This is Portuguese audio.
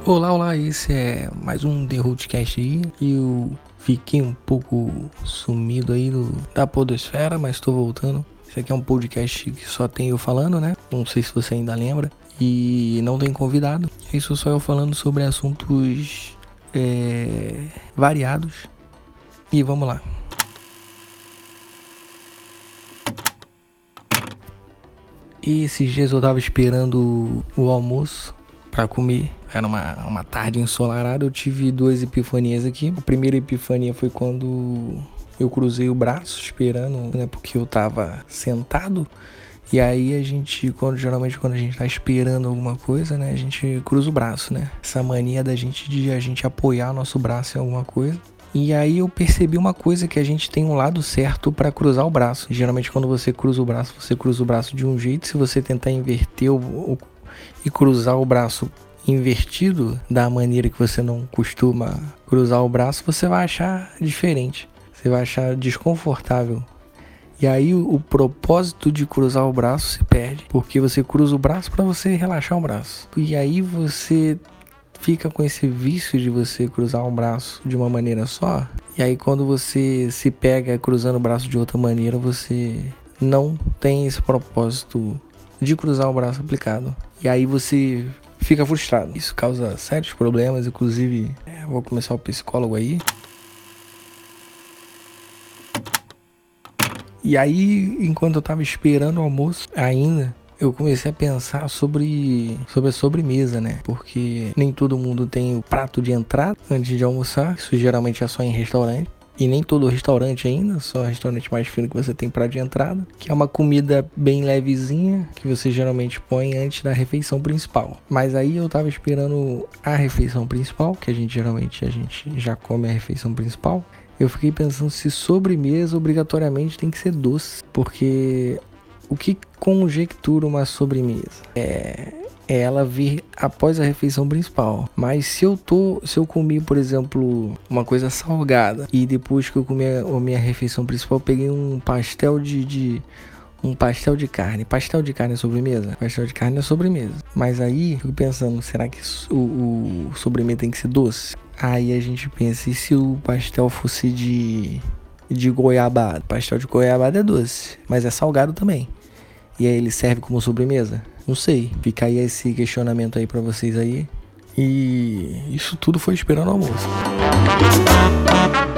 Olá, olá, esse é mais um The Rootcast aí. Eu fiquei um pouco sumido aí da podosfera, mas tô voltando. Esse aqui é um podcast que só tem eu falando, né? Não sei se você ainda lembra. E não tem convidado. Isso só eu falando sobre assuntos variados. E vamos lá. E esses dias eu tava esperando o almoço pra comer. Era uma tarde ensolarada, eu tive duas epifanias aqui. A primeira epifania foi quando eu cruzei o braço esperando, né? Porque eu tava sentado. E aí geralmente quando a gente tá esperando alguma coisa, né? A gente cruza o braço, né? Essa mania de a gente apoiar o nosso braço em alguma coisa. E aí eu percebi uma coisa, que a gente tem um lado certo para cruzar o braço. Geralmente quando você cruza o braço de um jeito. Se você tentar inverter e cruzar o braço invertido, da maneira que você não costuma cruzar o braço, você vai achar diferente. Você vai achar desconfortável. E aí o propósito de cruzar o braço se perde. Porque você cruza o braço para você relaxar o braço. E aí você fica com esse vício de você cruzar um braço de uma maneira só. E aí quando você se pega cruzando o braço de outra maneira, você não tem esse propósito de cruzar o braço aplicado. E aí você fica frustrado. Isso causa sérios problemas, inclusive vou começar o psicólogo aí. E aí, enquanto eu tava esperando o almoço ainda, eu comecei a pensar sobre a sobremesa, né? Porque nem todo mundo tem o prato de entrada antes de almoçar. Isso geralmente é só em restaurante. E nem todo restaurante ainda, só restaurante mais fino que você tem prato de entrada. Que é uma comida bem levezinha, que você geralmente põe antes da refeição principal. Mas aí eu tava esperando a refeição principal, que a gente já come a refeição principal. Eu fiquei pensando se sobremesa obrigatoriamente tem que ser doce. Porque o que conjectura uma sobremesa é ela vir após a refeição principal. Mas se eu comi, por exemplo, uma coisa salgada, e depois que eu comi a minha refeição principal, eu peguei um pastel de carne. Pastel de carne é sobremesa? Pastel de carne é sobremesa. Mas aí eu fico pensando, será que o sobremesa tem que ser doce? Aí a gente pensa, e se o pastel fosse de goiabada? Pastel de goiabada é doce, mas é salgado também. E aí ele serve como sobremesa? Não sei. Fica aí esse questionamento aí pra vocês aí. E isso tudo foi esperando o almoço.